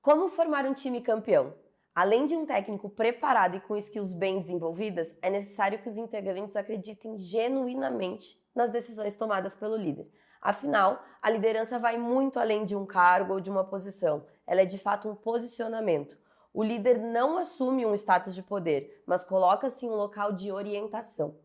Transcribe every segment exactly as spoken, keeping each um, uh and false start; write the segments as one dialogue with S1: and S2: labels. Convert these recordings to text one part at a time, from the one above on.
S1: Como formar um time campeão? Além de um técnico preparado e com skills bem desenvolvidas, é necessário que os integrantes acreditem genuinamente nas decisões tomadas pelo líder. Afinal, a liderança vai muito além de um cargo ou de uma posição. Ela é de fato um posicionamento. O líder não assume um status de poder, mas coloca-se em um local de orientação.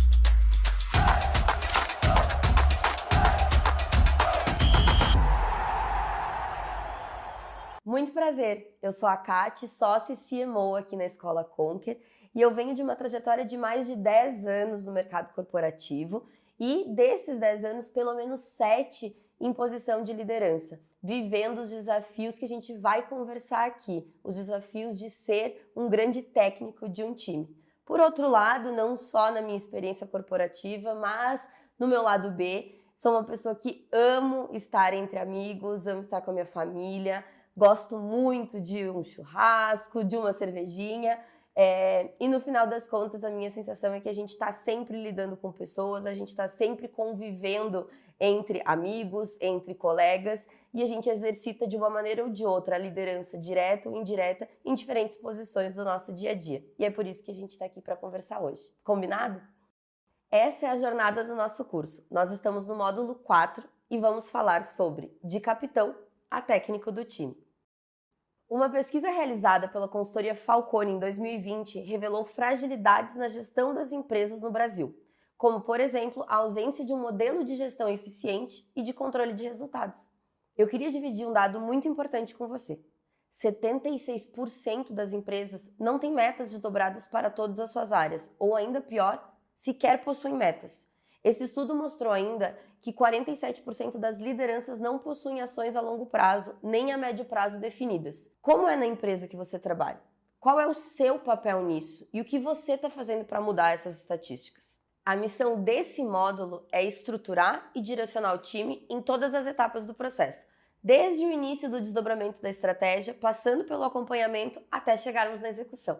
S1: Muito prazer, eu sou a Kati, sócia e C M O aqui na Escola Conquer e eu venho de uma trajetória de mais de dez anos no mercado corporativo e desses dez anos, pelo menos sete em posição de liderança, vivendo os desafios que a gente vai conversar aqui, os desafios de ser um grande técnico de um time. Por outro lado, não só na minha experiência corporativa, mas no meu lado B, sou uma pessoa que amo estar entre amigos, amo estar com a minha família, gosto muito de um churrasco, de uma cervejinha, é, e no final das contas a minha sensação é que a gente está sempre lidando com pessoas, a gente está sempre convivendo entre amigos, entre colegas, e a gente exercita de uma maneira ou de outra a liderança direta ou indireta em diferentes posições do nosso dia a dia. E é por isso que a gente está aqui para conversar hoje. Combinado? Essa é a jornada do nosso curso. Nós estamos no módulo quatro e vamos falar sobre de capitão a técnico do time. Uma pesquisa realizada pela consultoria Falcone em dois mil e vinte revelou fragilidades na gestão das empresas no Brasil, como, por exemplo, a ausência de um modelo de gestão eficiente e de controle de resultados. Eu queria dividir um dado muito importante com você. setenta e seis por cento das empresas não têm metas desdobradas para todas as suas áreas, ou ainda pior, sequer possuem metas. Esse estudo mostrou ainda que quarenta e sete por cento das lideranças não possuem ações a longo prazo, nem a médio prazo definidas. Como é na empresa que você trabalha? Qual é o seu papel nisso? E o que você está fazendo para mudar essas estatísticas? A missão desse módulo é estruturar e direcionar o time em todas as etapas do processo, desde o início do desdobramento da estratégia, passando pelo acompanhamento até chegarmos na execução.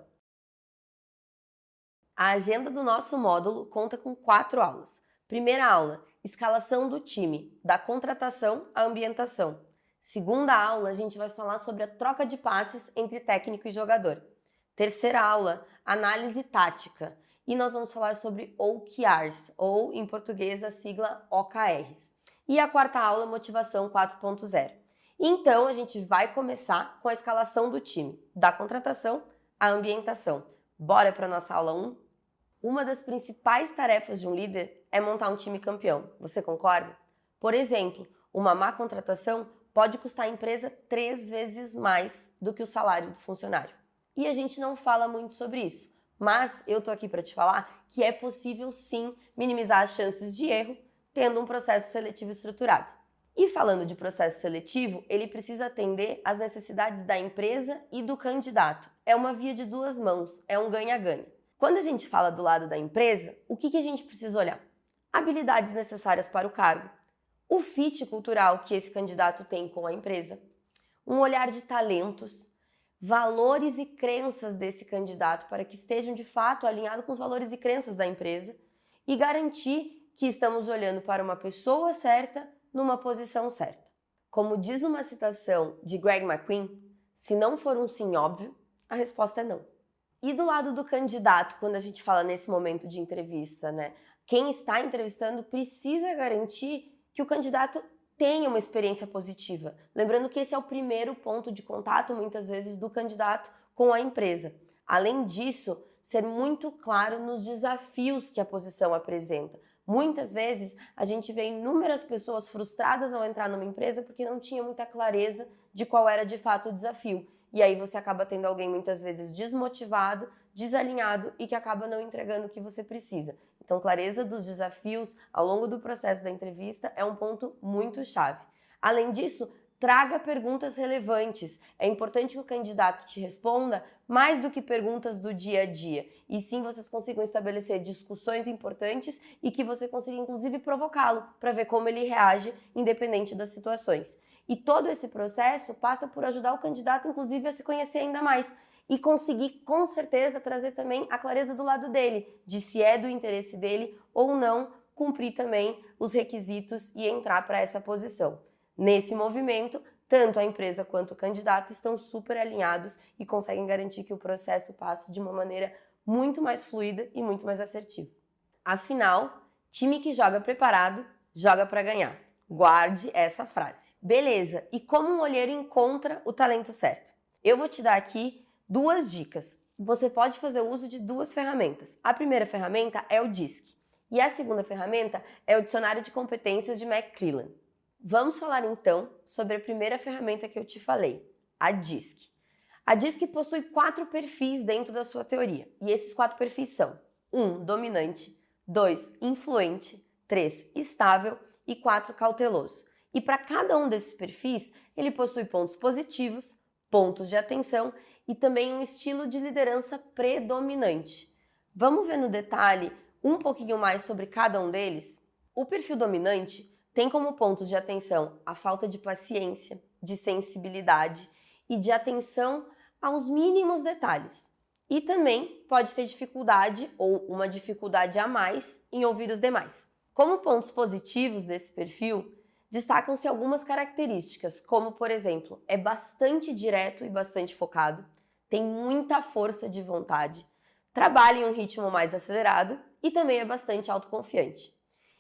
S1: A agenda do nosso módulo conta com quatro aulas. Primeira aula, escalação do time, da contratação à ambientação. Segunda aula, a gente vai falar sobre a troca de passes entre técnico e jogador. Terceira aula, análise tática. E nós vamos falar sobre O K Rs, ou em português a sigla O K Rs. E a quarta aula, motivação quatro ponto zero. Então, a gente vai começar com a escalação do time, da contratação à ambientação. Bora para a nossa aula um? Uma das principais tarefas de um líder é montar um time campeão. Você concorda? Por exemplo, uma má contratação pode custar à empresa três vezes mais do que o salário do funcionário. E a gente não fala muito sobre isso, mas eu tô aqui para te falar que é possível sim minimizar as chances de erro tendo um processo seletivo estruturado. E falando de processo seletivo, ele precisa atender às necessidades da empresa e do candidato. É uma via de duas mãos, é um ganha-ganha. Quando a gente fala do lado da empresa, o que, que a gente precisa olhar? Habilidades necessárias para o cargo, o fit cultural que esse candidato tem com a empresa, um olhar de talentos, valores e crenças desse candidato para que estejam de fato alinhados com os valores e crenças da empresa e garantir que estamos olhando para uma pessoa certa numa posição certa. Como diz uma citação de Greg McQueen, se não for um sim óbvio, a resposta é não. E do lado do candidato, quando a gente fala nesse momento de entrevista, né? Quem está entrevistando precisa garantir que o candidato tenha uma experiência positiva. Lembrando que esse é o primeiro ponto de contato, muitas vezes, do candidato com a empresa. Além disso, ser muito claro nos desafios que a posição apresenta. Muitas vezes, a gente vê inúmeras pessoas frustradas ao entrar numa empresa porque não tinha muita clareza de qual era de fato o desafio. E aí você acaba tendo alguém muitas vezes desmotivado, desalinhado e que acaba não entregando o que você precisa. Então, clareza dos desafios ao longo do processo da entrevista é um ponto muito chave. Além disso, traga perguntas relevantes. É importante que o candidato te responda mais do que perguntas do dia a dia. E sim, vocês consigam estabelecer discussões importantes e que você consiga, inclusive, provocá-lo para ver como ele reage, independente das situações. E todo esse processo passa por ajudar o candidato, inclusive, a se conhecer ainda mais e conseguir, com certeza, trazer também a clareza do lado dele, de se é do interesse dele ou não cumprir também os requisitos e entrar para essa posição. Nesse movimento, tanto a empresa quanto o candidato estão super alinhados e conseguem garantir que o processo passe de uma maneira muito mais fluida e muito mais assertiva. Afinal, time que joga preparado, joga para ganhar. Guarde essa frase. Beleza, e como um olheiro encontra o talento certo? Eu vou te dar aqui duas dicas. Você pode fazer uso de duas ferramentas. A primeira ferramenta é o D I S C e a segunda ferramenta é o Dicionário de Competências de McClellan. Vamos falar então sobre a primeira ferramenta que eu te falei, a D I S C. A D I S C possui quatro perfis dentro da sua teoria, e esses quatro perfis são um dominante, dois influente, três estável e quatro cauteloso. E para cada um desses perfis, ele possui pontos positivos, pontos de atenção e também um estilo de liderança predominante. Vamos ver no detalhe um pouquinho mais sobre cada um deles? O perfil dominante tem como pontos de atenção a falta de paciência, de sensibilidade e de atenção aos mínimos detalhes. E também pode ter dificuldade ou uma dificuldade a mais em ouvir os demais. Como pontos positivos desse perfil, destacam-se algumas características, como, por exemplo, é bastante direto e bastante focado, tem muita força de vontade, trabalha em um ritmo mais acelerado e também é bastante autoconfiante.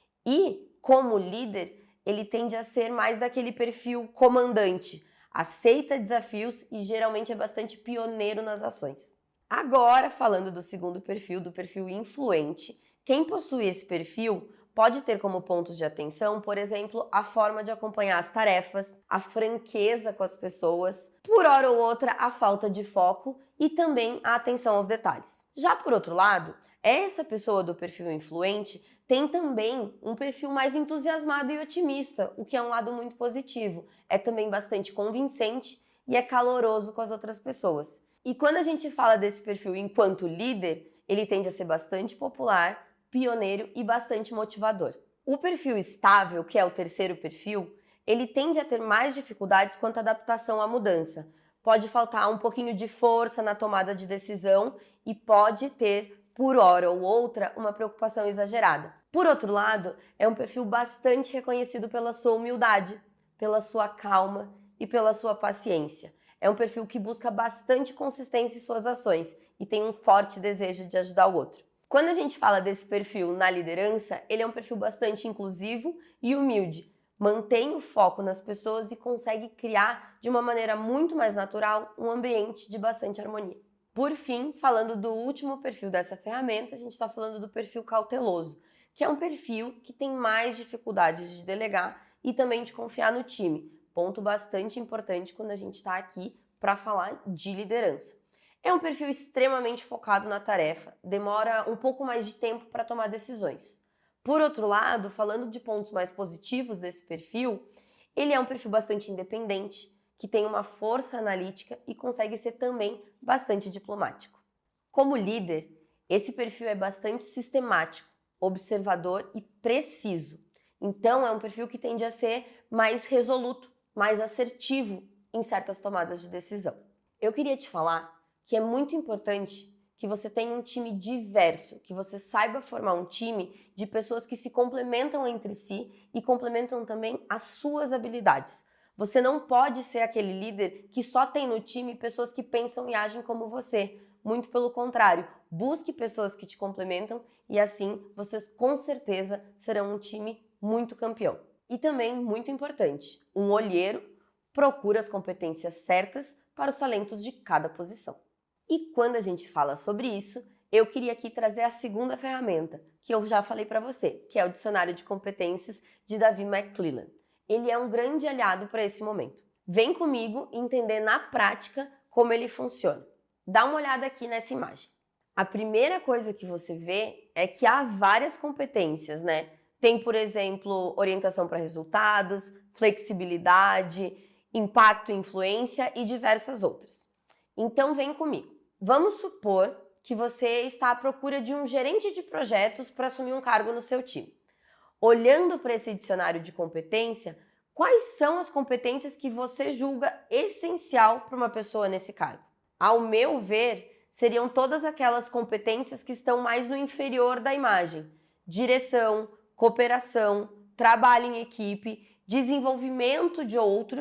S1: E, como líder, ele tende a ser mais daquele perfil comandante, aceita desafios e geralmente é bastante pioneiro nas ações. Agora, falando do segundo perfil, do perfil influente, quem possui esse perfil pode ter como pontos de atenção, por exemplo, a forma de acompanhar as tarefas, a franqueza com as pessoas, por hora ou outra a falta de foco e também a atenção aos detalhes. Já por outro lado, essa pessoa do perfil influente tem também um perfil mais entusiasmado e otimista, o que é um lado muito positivo. É também bastante convincente e é caloroso com as outras pessoas. E quando a gente fala desse perfil enquanto líder, ele tende a ser bastante popular, pioneiro e bastante motivador. O perfil estável, que é o terceiro perfil, ele tende a ter mais dificuldades quanto à adaptação à mudança. Pode faltar um pouquinho de força na tomada de decisão e pode ter, por hora ou outra, uma preocupação exagerada. Por outro lado, é um perfil bastante reconhecido pela sua humildade, pela sua calma e pela sua paciência. É um perfil que busca bastante consistência em suas ações e tem um forte desejo de ajudar o outro. Quando a gente fala desse perfil na liderança, ele é um perfil bastante inclusivo e humilde. Mantém o foco nas pessoas e consegue criar, de uma maneira muito mais natural, um ambiente de bastante harmonia. Por fim, falando do último perfil dessa ferramenta, a gente está falando do perfil cauteloso, que é um perfil que tem mais dificuldades de delegar e também de confiar no time. Ponto bastante importante quando a gente está aqui para falar de liderança. É um perfil extremamente focado na tarefa, demora um pouco mais de tempo para tomar decisões. Por outro lado, falando de pontos mais positivos desse perfil, ele é um perfil bastante independente, que tem uma força analítica e consegue ser também bastante diplomático. Como líder, esse perfil é bastante sistemático, observador e preciso. Então, é um perfil que tende a ser mais resoluto, mais assertivo em certas tomadas de decisão. Eu queria te falar que é muito importante que você tenha um time diverso, que você saiba formar um time de pessoas que se complementam entre si e complementam também as suas habilidades. Você não pode ser aquele líder que só tem no time pessoas que pensam e agem como você. Muito pelo contrário, busque pessoas que te complementam e assim vocês com certeza serão um time muito campeão. E também, muito importante, um olheiro procura as competências certas para os talentos de cada posição. E quando a gente fala sobre isso, eu queria aqui trazer a segunda ferramenta, que eu já falei para você, que é o Dicionário de Competências de Davi McClellan. Ele é um grande aliado para esse momento. Vem comigo entender na prática como ele funciona. Dá uma olhada aqui nessa imagem. A primeira coisa que você vê é que há várias competências, né? Tem, por exemplo, orientação para resultados, flexibilidade, impacto e influência e diversas outras. Então vem comigo. Vamos supor que você está à procura de um gerente de projetos para assumir um cargo no seu time. Olhando para esse dicionário de competência, quais são as competências que você julga essencial para uma pessoa nesse cargo? Ao meu ver, seriam todas aquelas competências que estão mais no inferior da imagem: direção, cooperação, trabalho em equipe, desenvolvimento de outros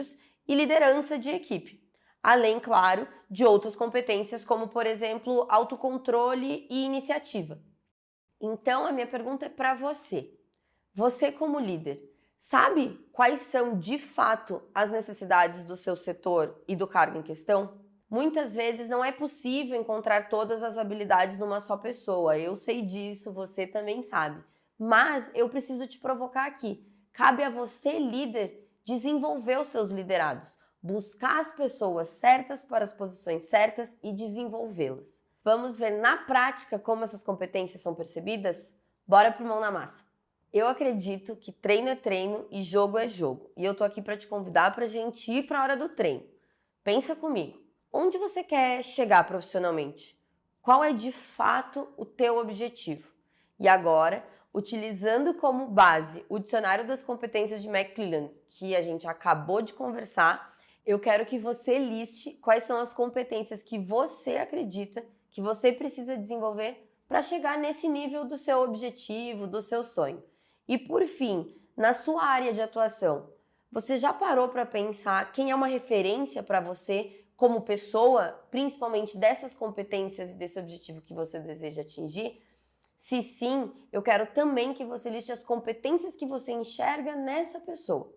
S1: e liderança de equipe. Além, claro, de outras competências como, por exemplo, autocontrole e iniciativa. Então, a minha pergunta é para você. Você como líder, sabe quais são de fato as necessidades do seu setor e do cargo em questão? Muitas vezes não é possível encontrar todas as habilidades numa só pessoa. Eu sei disso, você também sabe. Mas eu preciso te provocar aqui. Cabe a você, líder, desenvolver os seus liderados, buscar as pessoas certas para as posições certas e desenvolvê-las. Vamos ver na prática como essas competências são percebidas? Bora pro mão na massa. Eu acredito que treino é treino e jogo é jogo. E eu tô aqui para te convidar para a gente ir para a hora do treino. Pensa comigo. Onde você quer chegar profissionalmente? Qual é de fato o teu objetivo? E agora, utilizando como base o dicionário das competências de McClellan, que a gente acabou de conversar, eu quero que você liste quais são as competências que você acredita que você precisa desenvolver para chegar nesse nível do seu objetivo, do seu sonho. E por fim, na sua área de atuação, você já parou para pensar quem é uma referência para você como pessoa, principalmente dessas competências e desse objetivo que você deseja atingir? Se sim, eu quero também que você liste as competências que você enxerga nessa pessoa.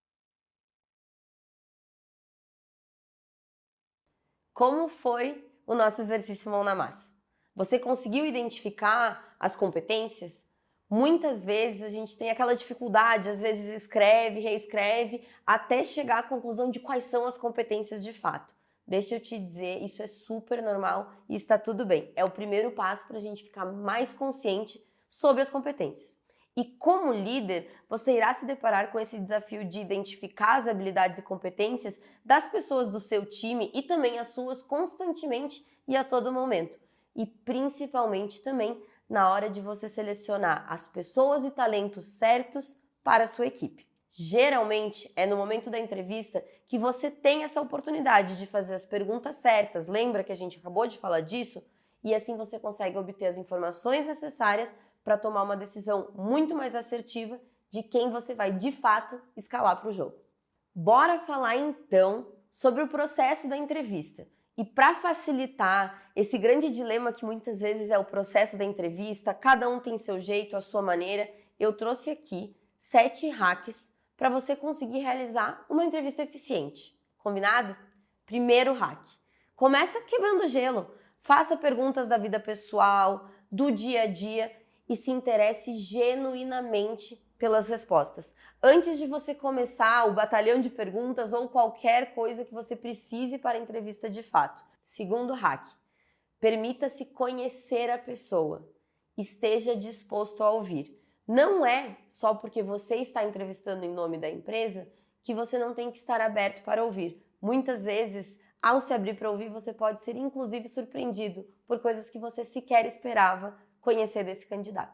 S1: Como foi o nosso exercício mão na massa? Você conseguiu identificar as competências? Muitas vezes a gente tem aquela dificuldade, às vezes escreve, reescreve, até chegar à conclusão de quais são as competências de fato. Deixa eu te dizer, isso é super normal e está tudo bem. É o primeiro passo para a gente ficar mais consciente sobre as competências. E como líder, você irá se deparar com esse desafio de identificar as habilidades e competências das pessoas do seu time e também as suas constantemente e a todo momento. E principalmente também na hora de você selecionar as pessoas e talentos certos para a sua equipe. Geralmente é no momento da entrevista que você tem essa oportunidade de fazer as perguntas certas. Lembra que a gente acabou de falar disso? E assim você consegue obter as informações necessárias para tomar uma decisão muito mais assertiva de quem você vai de fato escalar para o jogo. Bora falar então sobre o processo da entrevista. E para facilitar esse grande dilema que muitas vezes é o processo da entrevista, cada um tem seu jeito, a sua maneira, eu trouxe aqui sete hacks para você conseguir realizar uma entrevista eficiente. Combinado? Primeiro hack. Começa quebrando gelo. Faça perguntas da vida pessoal, do dia a dia e se interesse genuinamente pelas respostas. Antes de você começar o batalhão de perguntas ou qualquer coisa que você precise para a entrevista de fato. Segundo hack. Permita-se conhecer a pessoa. Esteja disposto a ouvir. Não é só porque você está entrevistando em nome da empresa que você não tem que estar aberto para ouvir. Muitas vezes, ao se abrir para ouvir, você pode ser inclusive surpreendido por coisas que você sequer esperava conhecer desse candidato.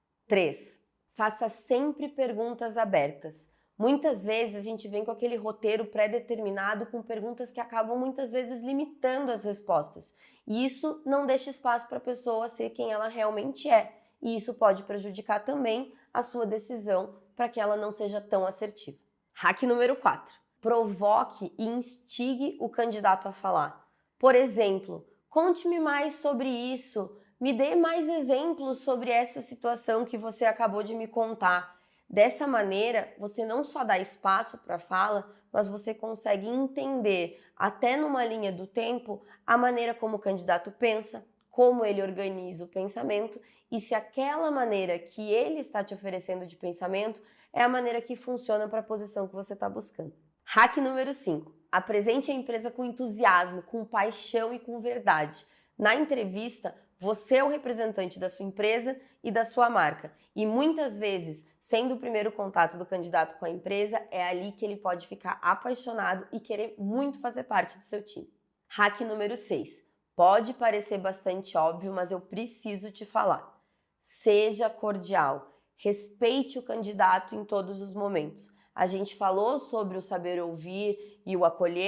S1: três. Faça sempre perguntas abertas. Muitas vezes a gente vem com aquele roteiro pré-determinado com perguntas que acabam muitas vezes limitando as respostas. E isso não deixa espaço para a pessoa ser quem ela realmente é. E isso pode prejudicar também a sua decisão para que ela não seja tão assertiva. Hack número quatro. Provoque e instigue o candidato a falar. Por exemplo, conte-me mais sobre isso, me dê mais exemplos sobre essa situação que você acabou de me contar. Dessa maneira, você não só dá espaço para a fala, mas você consegue entender, até numa linha do tempo, a maneira como o candidato pensa, como ele organiza o pensamento e se aquela maneira que ele está te oferecendo de pensamento é a maneira que funciona para a posição que você está buscando. Hack número cinco. Apresente a empresa com entusiasmo, com paixão e com verdade. Na entrevista, você é o representante da sua empresa e da sua marca. E muitas vezes, sendo o primeiro contato do candidato com a empresa, é ali que ele pode ficar apaixonado e querer muito fazer parte do seu time. Hack número seis. Pode parecer bastante óbvio, mas eu preciso te falar. Seja cordial. Respeite o candidato em todos os momentos. A gente falou sobre o saber ouvir e o acolher.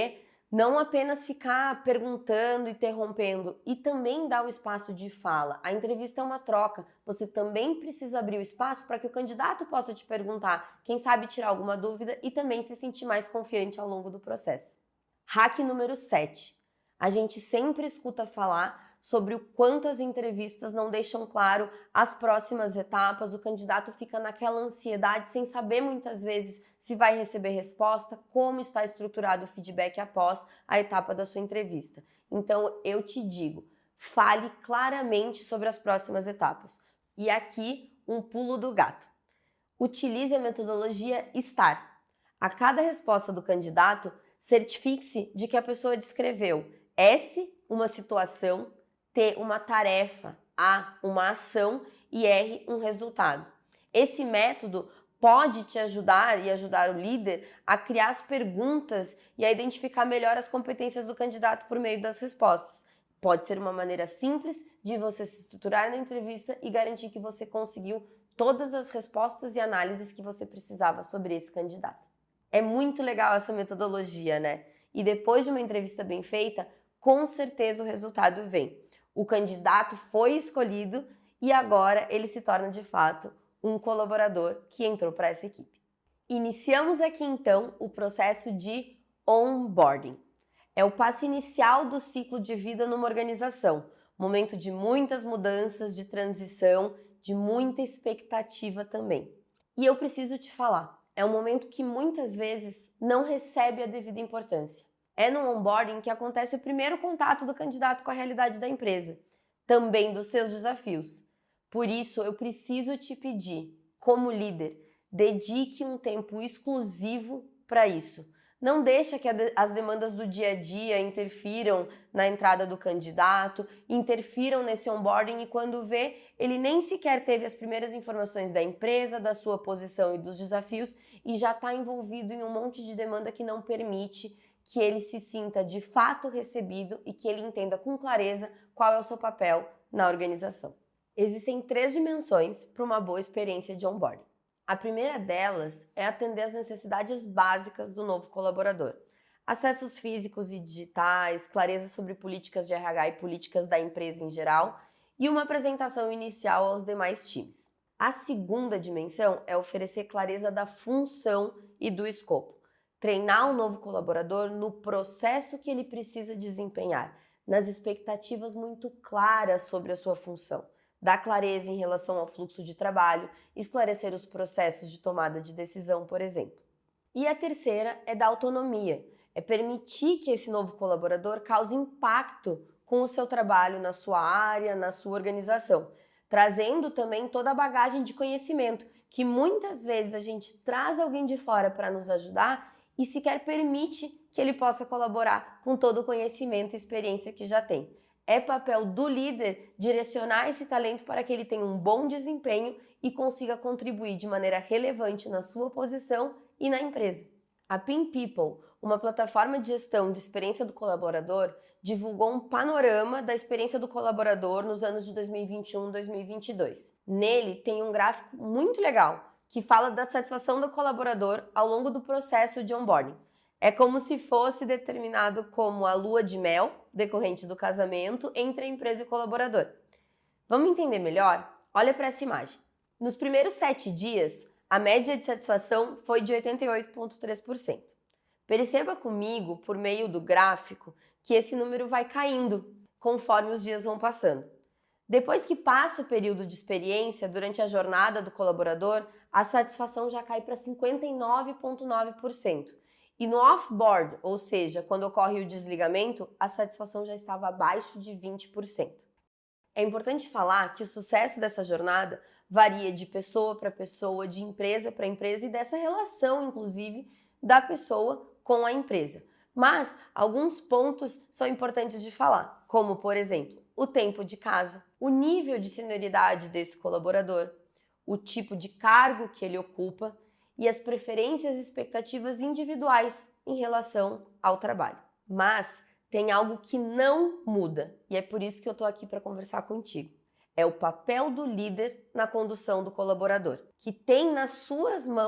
S1: Não apenas ficar perguntando, interrompendo, e também dar o espaço de fala. A entrevista é uma troca, você também precisa abrir o espaço para que o candidato possa te perguntar, quem sabe tirar alguma dúvida e também se sentir mais confiante ao longo do processo. Hack número sete. A gente sempre escuta falar sobre o quanto as entrevistas não deixam claro as próximas etapas, o candidato fica naquela ansiedade sem saber muitas vezes se vai receber resposta, como está estruturado o feedback após a etapa da sua entrevista. Então eu te digo, fale claramente sobre as próximas etapas. E aqui um pulo do gato. Utilize a metodologia STAR. A cada resposta do candidato, certifique-se de que a pessoa descreveu S, uma situação, T, uma tarefa, A, uma ação e R, um resultado. Esse método pode te ajudar e ajudar o líder a criar as perguntas e a identificar melhor as competências do candidato por meio das respostas. Pode ser uma maneira simples de você se estruturar na entrevista e garantir que você conseguiu todas as respostas e análises que você precisava sobre esse candidato. É muito legal essa metodologia, né? E depois de uma entrevista bem feita, com certeza o resultado vem. O candidato foi escolhido e agora ele se torna de fato um colaborador que entrou para essa equipe. Iniciamos aqui então o processo de onboarding. É o passo inicial do ciclo de vida numa organização, momento de muitas mudanças, de transição, de muita expectativa também. E eu preciso te falar, é um momento que muitas vezes não recebe a devida importância. É no onboarding que acontece o primeiro contato do candidato com a realidade da empresa, também dos seus desafios. Por isso, eu preciso te pedir, como líder, dedique um tempo exclusivo para isso. Não deixa que as demandas do dia a dia interfiram na entrada do candidato, interfiram nesse onboarding e quando vê, ele nem sequer teve as primeiras informações da empresa, da sua posição e dos desafios e já está envolvido em um monte de demanda que não permite que ele se sinta de fato recebido e que ele entenda com clareza qual é o seu papel na organização. Existem três dimensões para uma boa experiência de onboarding. A primeira delas é atender às necessidades básicas do novo colaborador. Acessos físicos e digitais, clareza sobre políticas de R H e políticas da empresa em geral e uma apresentação inicial aos demais times. A segunda dimensão é oferecer clareza da função e do escopo. Treinar o novo colaborador no processo que ele precisa desempenhar, nas expectativas muito claras sobre a sua função. Dar clareza em relação ao fluxo de trabalho, esclarecer os processos de tomada de decisão, por exemplo. E a terceira é dar autonomia, é permitir que esse novo colaborador cause impacto com o seu trabalho na sua área, na sua organização, trazendo também toda a bagagem de conhecimento, que muitas vezes a gente traz alguém de fora para nos ajudar e sequer permite que ele possa colaborar com todo o conhecimento e experiência que já tem. É papel do líder direcionar esse talento para que ele tenha um bom desempenho e consiga contribuir de maneira relevante na sua posição e na empresa. A Pin People, uma plataforma de gestão de experiência do colaborador, divulgou um panorama da experiência do colaborador nos anos de dois mil e vinte e um e dois mil e vinte e dois. Nele tem um gráfico muito legal que fala da satisfação do colaborador ao longo do processo de onboarding. É como se fosse determinado como a lua de mel, decorrente do casamento, entre a empresa e o colaborador. Vamos entender melhor? Olha para essa imagem. Nos primeiros sete dias, a média de satisfação foi de oitenta e oito vírgula três por cento. Perceba comigo, por meio do gráfico, que esse número vai caindo conforme os dias vão passando. Depois que passa o período de experiência, durante a jornada do colaborador, a satisfação já cai para cinquenta e nove vírgula nove por cento. E no off-board, ou seja, quando ocorre o desligamento, a satisfação já estava abaixo de vinte por cento. É importante falar que o sucesso dessa jornada varia de pessoa para pessoa, de empresa para empresa e dessa relação, inclusive, da pessoa com a empresa. Mas alguns pontos são importantes de falar, como, por exemplo, o tempo de casa, o nível de senioridade desse colaborador, o tipo de cargo que ele ocupa e as preferências e expectativas individuais em relação ao trabalho. Mas tem algo que não muda e é por isso que eu estou aqui para conversar contigo. É o papel do líder na condução do colaborador, que tem nas suas mãos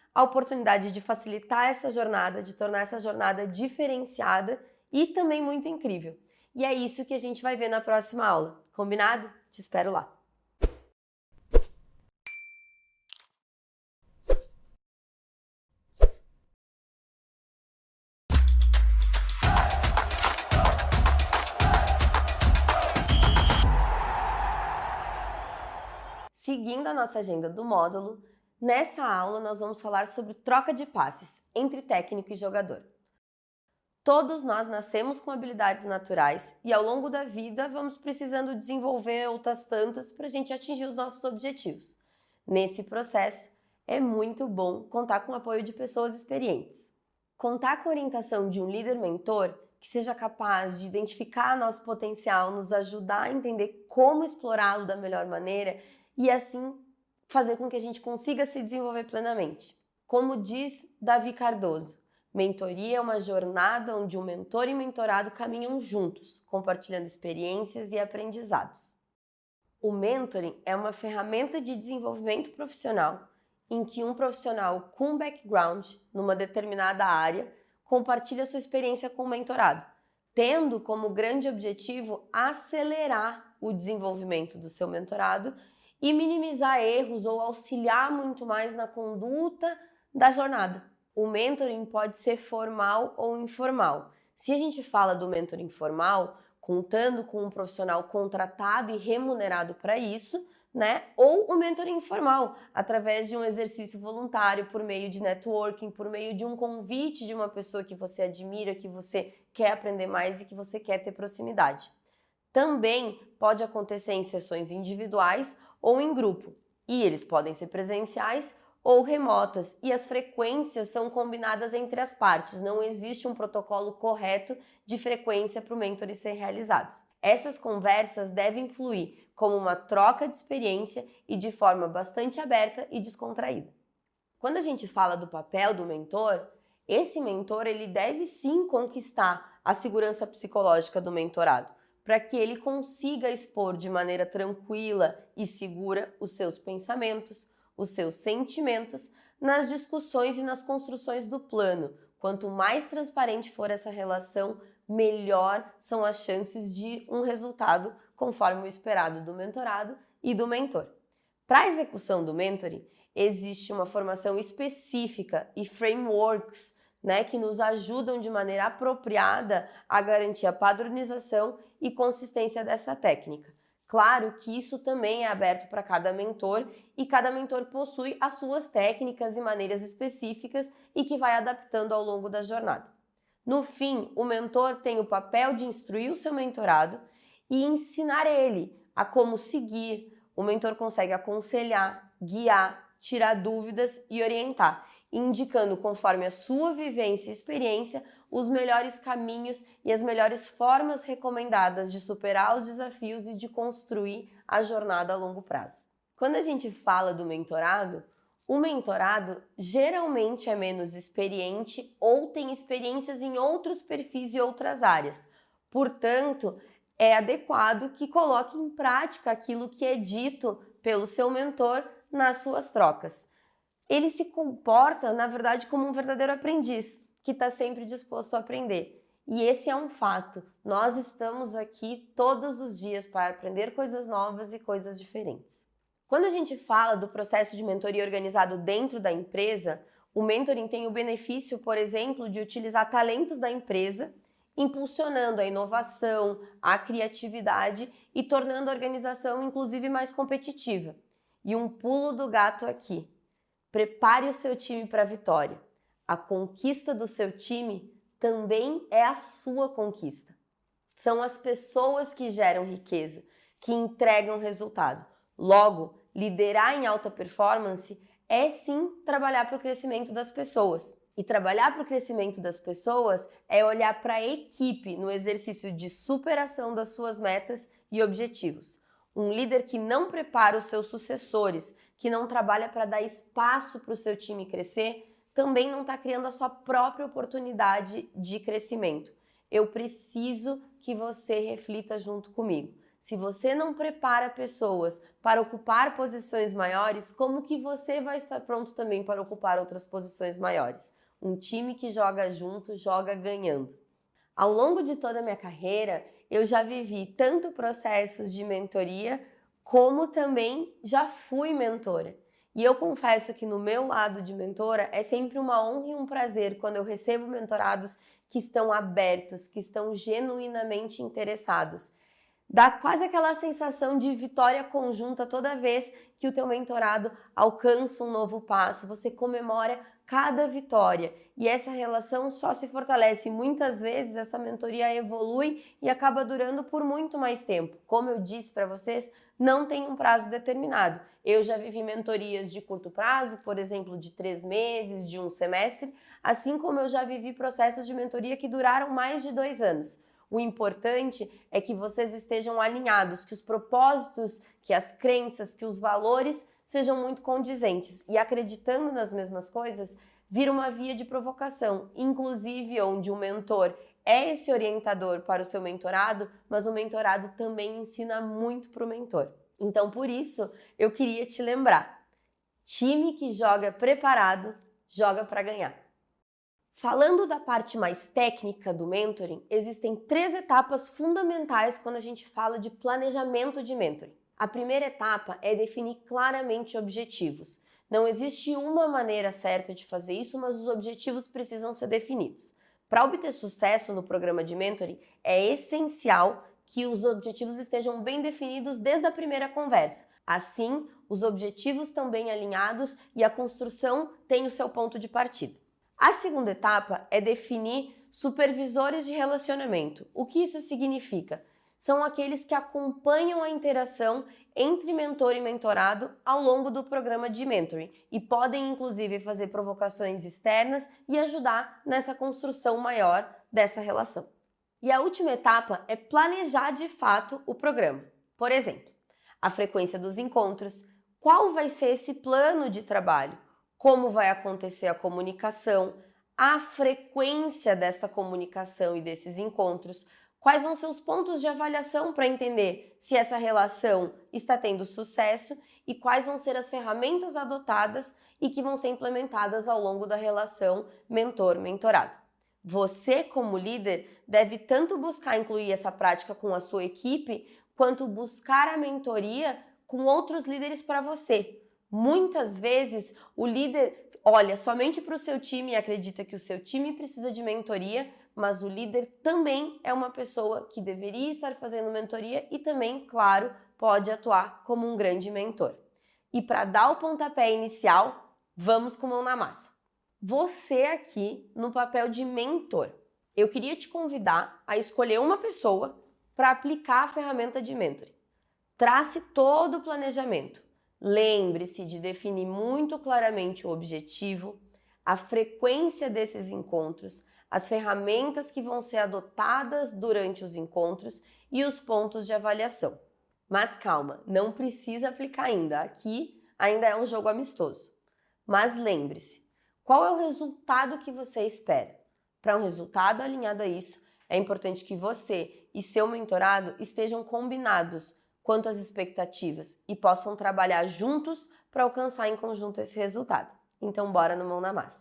S1: a oportunidade de facilitar essa jornada, de tornar essa jornada diferenciada e também muito incrível. E é isso que a gente vai ver na próxima aula. Combinado? Te espero lá! Seguindo a nossa agenda do módulo, nessa aula nós vamos falar sobre troca de passes entre técnico e jogador. Todos nós nascemos com habilidades naturais e ao longo da vida vamos precisando desenvolver outras tantas para a gente atingir os nossos objetivos. Nesse processo, é muito bom contar com o apoio de pessoas experientes. Contar com a orientação de um líder mentor que seja capaz de identificar nosso potencial, nos ajudar a entender como explorá-lo da melhor maneira e assim fazer com que a gente consiga se desenvolver plenamente. Como diz Davi Cardoso, mentoria é uma jornada onde um mentor e mentorado caminham juntos, compartilhando experiências e aprendizados. O mentoring é uma ferramenta de desenvolvimento profissional em que um profissional com background numa determinada área compartilha sua experiência com o mentorado, tendo como grande objetivo acelerar o desenvolvimento do seu mentorado e minimizar erros ou auxiliar muito mais na conduta da jornada. O mentoring pode ser formal ou informal. Se a gente fala do mentoring formal, contando com um profissional contratado e remunerado para isso, né? Ou o mentoring informal, através de um exercício voluntário, por meio de networking, por meio de um convite de uma pessoa que você admira, que você quer aprender mais e que você quer ter proximidade. Também pode acontecer em sessões individuais ou em grupo, e eles podem ser presenciais ou remotas, e as frequências são combinadas entre as partes, não existe um protocolo correto de frequência para o mentoring ser realizado. Essas conversas devem fluir como uma troca de experiência e de forma bastante aberta e descontraída. Quando a gente fala do papel do mentor, esse mentor ele deve sim conquistar a segurança psicológica do mentorado, para que ele consiga expor de maneira tranquila e segura os seus pensamentos, os seus sentimentos nas discussões e nas construções do plano. Quanto mais transparente for essa relação, melhor são as chances de um resultado conforme o esperado do mentorado e do mentor. Para a execução do mentoring, existe uma formação específica e frameworks, né, que nos ajudam de maneira apropriada a garantir a padronização e consistência dessa técnica. Claro que isso também é aberto para cada mentor e cada mentor possui as suas técnicas e maneiras específicas e que vai adaptando ao longo da jornada. No fim, o mentor tem o papel de instruir o seu mentorado e ensinar ele a como seguir. O mentor consegue aconselhar, guiar, tirar dúvidas e orientar, indicando conforme a sua vivência e experiência os melhores caminhos e as melhores formas recomendadas de superar os desafios e de construir a jornada a longo prazo. Quando a gente fala do mentorado, o mentorado geralmente é menos experiente ou tem experiências em outros perfis e outras áreas. Portanto, é adequado que coloque em prática aquilo que é dito pelo seu mentor nas suas trocas. Ele se comporta, na verdade, como um verdadeiro aprendiz, que está sempre disposto a aprender. E esse é um fato. Nós estamos aqui todos os dias para aprender coisas novas e coisas diferentes. Quando a gente fala do processo de mentoria organizado dentro da empresa, o mentoring tem o benefício, por exemplo, de utilizar talentos da empresa, impulsionando a inovação, a criatividade e tornando a organização, inclusive, mais competitiva. E um pulo do gato aqui. Prepare o seu time para a vitória. A conquista do seu time também é a sua conquista. São as pessoas que geram riqueza, que entregam resultado. Logo, liderar em alta performance é sim trabalhar para o crescimento das pessoas. E trabalhar para o crescimento das pessoas é olhar para a equipe no exercício de superação das suas metas e objetivos. Um líder que não prepara os seus sucessores, que não trabalha para dar espaço para o seu time crescer, também não está criando a sua própria oportunidade de crescimento. Eu preciso que você reflita junto comigo. se você não prepara pessoas para ocupar posições maiores, como que você vai estar pronto também para ocupar outras posições maiores? Um time que joga junto, joga ganhando. Ao longo de toda a minha carreira, eu já vivi tanto processos de mentoria, como também já fui mentora. E eu confesso que no meu lado de mentora é sempre uma honra e um prazer quando eu recebo mentorados que estão abertos, que estão genuinamente interessados. Dá quase aquela sensação de vitória conjunta toda vez que o teu mentorado alcança um novo passo, você comemora cada vitória e essa relação só se fortalece. Muitas vezes essa mentoria evolui e acaba durando por muito mais tempo. Como eu disse para vocês, não tem um prazo determinado. Eu já vivi mentorias de curto prazo, por exemplo, de três meses, de um semestre, assim como eu já vivi processos de mentoria que duraram mais de dois anos. O importante é que vocês estejam alinhados, que os propósitos, que as crenças, que os valores sejam muito condizentes. E acreditando nas mesmas coisas, vira uma via de provocação, inclusive onde o mentor é esse orientador para o seu mentorado, mas o mentorado também ensina muito para o mentor. Então, por isso, eu queria te lembrar, time que joga preparado, joga para ganhar. Falando da parte mais técnica do mentoring, existem três etapas fundamentais quando a gente fala de planejamento de mentoring. A primeira etapa é definir claramente objetivos. Não existe uma maneira certa de fazer isso, mas os objetivos precisam ser definidos. Para obter sucesso no programa de mentoring, é essencial que os objetivos estejam bem definidos desde a primeira conversa. Assim, os objetivos estão bem alinhados e a construção tem o seu ponto de partida. A segunda etapa é definir supervisores de relacionamento. O que isso significa? São aqueles que acompanham a interação entre mentor e mentorado ao longo do programa de mentoring e podem inclusive fazer provocações externas e ajudar nessa construção maior dessa relação. E a última etapa é planejar de fato o programa. Por exemplo, a frequência dos encontros, qual vai ser esse plano de trabalho? Como vai acontecer a comunicação, a frequência desta comunicação e desses encontros, quais vão ser os pontos de avaliação para entender se essa relação está tendo sucesso e quais vão ser as ferramentas adotadas e que vão ser implementadas ao longo da relação mentor-mentorado. Você, como líder, deve tanto buscar incluir essa prática com a sua equipe, quanto buscar a mentoria com outros líderes para você. Muitas vezes o líder olha somente para o seu time e acredita que o seu time precisa de mentoria, mas o líder também é uma pessoa que deveria estar fazendo mentoria e também, claro, pode atuar como um grande mentor. E para dar o pontapé inicial, vamos com mão na massa. Você aqui no papel de mentor, eu queria te convidar a escolher uma pessoa para aplicar a ferramenta de mentoring. Trace todo o planejamento. Lembre-se de definir muito claramente o objetivo, a frequência desses encontros, as ferramentas que vão ser adotadas durante os encontros e os pontos de avaliação. Mas calma, não precisa aplicar ainda, aqui ainda é um jogo amistoso. Mas lembre-se, qual é o resultado que você espera? Para um resultado alinhado a isso, é importante que você e seu mentorado estejam combinados quanto às expectativas e possam trabalhar juntos para alcançar em conjunto esse resultado. Então, bora no mão na massa.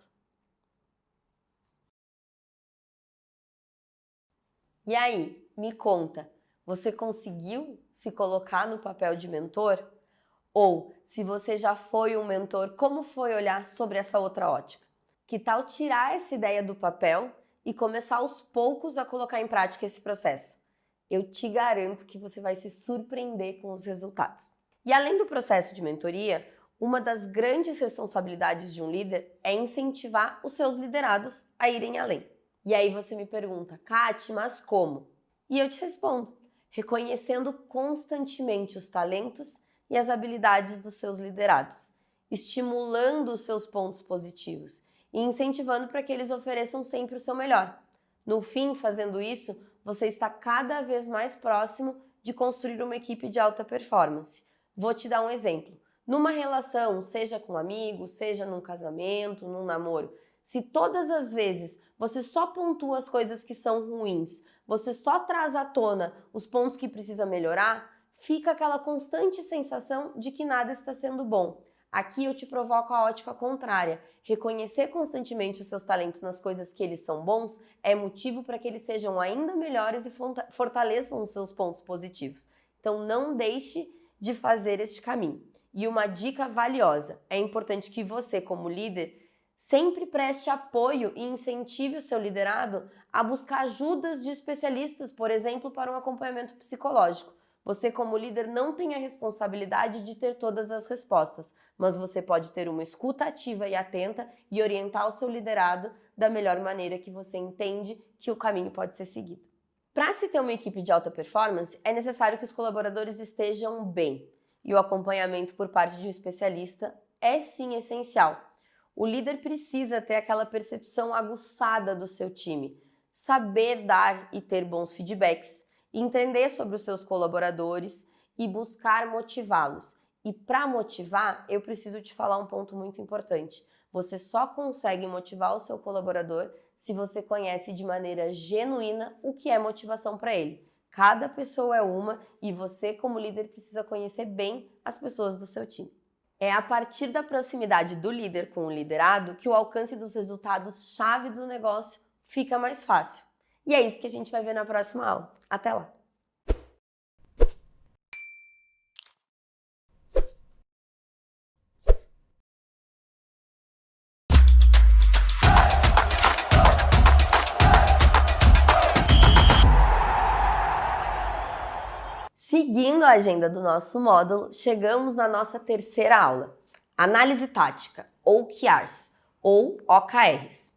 S1: E aí, me conta, você conseguiu se colocar no papel de mentor? Ou, se você já foi um mentor, como foi olhar sobre essa outra ótica? Que tal tirar essa ideia do papel e começar aos poucos a colocar em prática esse processo? Eu te garanto que você vai se surpreender com os resultados. E além do processo de mentoria, uma das grandes responsabilidades de um líder é incentivar os seus liderados a irem além. E aí você me pergunta, Kati, mas como? E eu te respondo, reconhecendo constantemente os talentos e as habilidades dos seus liderados, estimulando os seus pontos positivos e incentivando para que eles ofereçam sempre o seu melhor. No fim, fazendo isso, você está cada vez mais próximo de construir uma equipe de alta performance. Vou te dar um exemplo. Numa relação, seja com amigos, seja num casamento, num namoro, Se todas as vezes você só pontua as coisas que são ruins, você só traz à tona os pontos que precisa melhorar, fica aquela constante sensação de que nada está sendo bom. Aqui eu te provoco a ótica contrária. Reconhecer constantemente os seus talentos nas coisas que eles são bons é motivo para que eles sejam ainda melhores e fortaleçam os seus pontos positivos. Então não deixe de fazer este caminho. E uma dica valiosa, é importante que você, como líder, sempre preste apoio e incentive o seu liderado a buscar ajudas de especialistas, por exemplo, para um acompanhamento psicológico. Você, como líder, não tem a responsabilidade de ter todas as respostas, mas você pode ter uma escuta ativa e atenta e orientar o seu liderado da melhor maneira que você entende que o caminho pode ser seguido. Para se ter uma equipe de alta performance, é necessário que os colaboradores estejam bem, e o acompanhamento por parte de um especialista é sim essencial. O líder precisa ter aquela percepção aguçada do seu time, saber dar e ter bons feedbacks, entender sobre os seus colaboradores e buscar motivá-los. E para motivar, eu preciso te falar um ponto muito importante. Você só consegue motivar o seu colaborador se você conhece de maneira genuína o que é motivação para ele. Cada pessoa é uma e você, como líder, precisa conhecer bem as pessoas do seu time. É a partir da proximidade do líder com o liderado que o alcance dos resultados-chave do negócio fica mais fácil. E é isso que a gente vai ver na próxima aula. Até lá! Seguindo a agenda do nosso módulo, chegamos na nossa terceira aula, Análise Tática, ou Q Rs, ou O K Rs.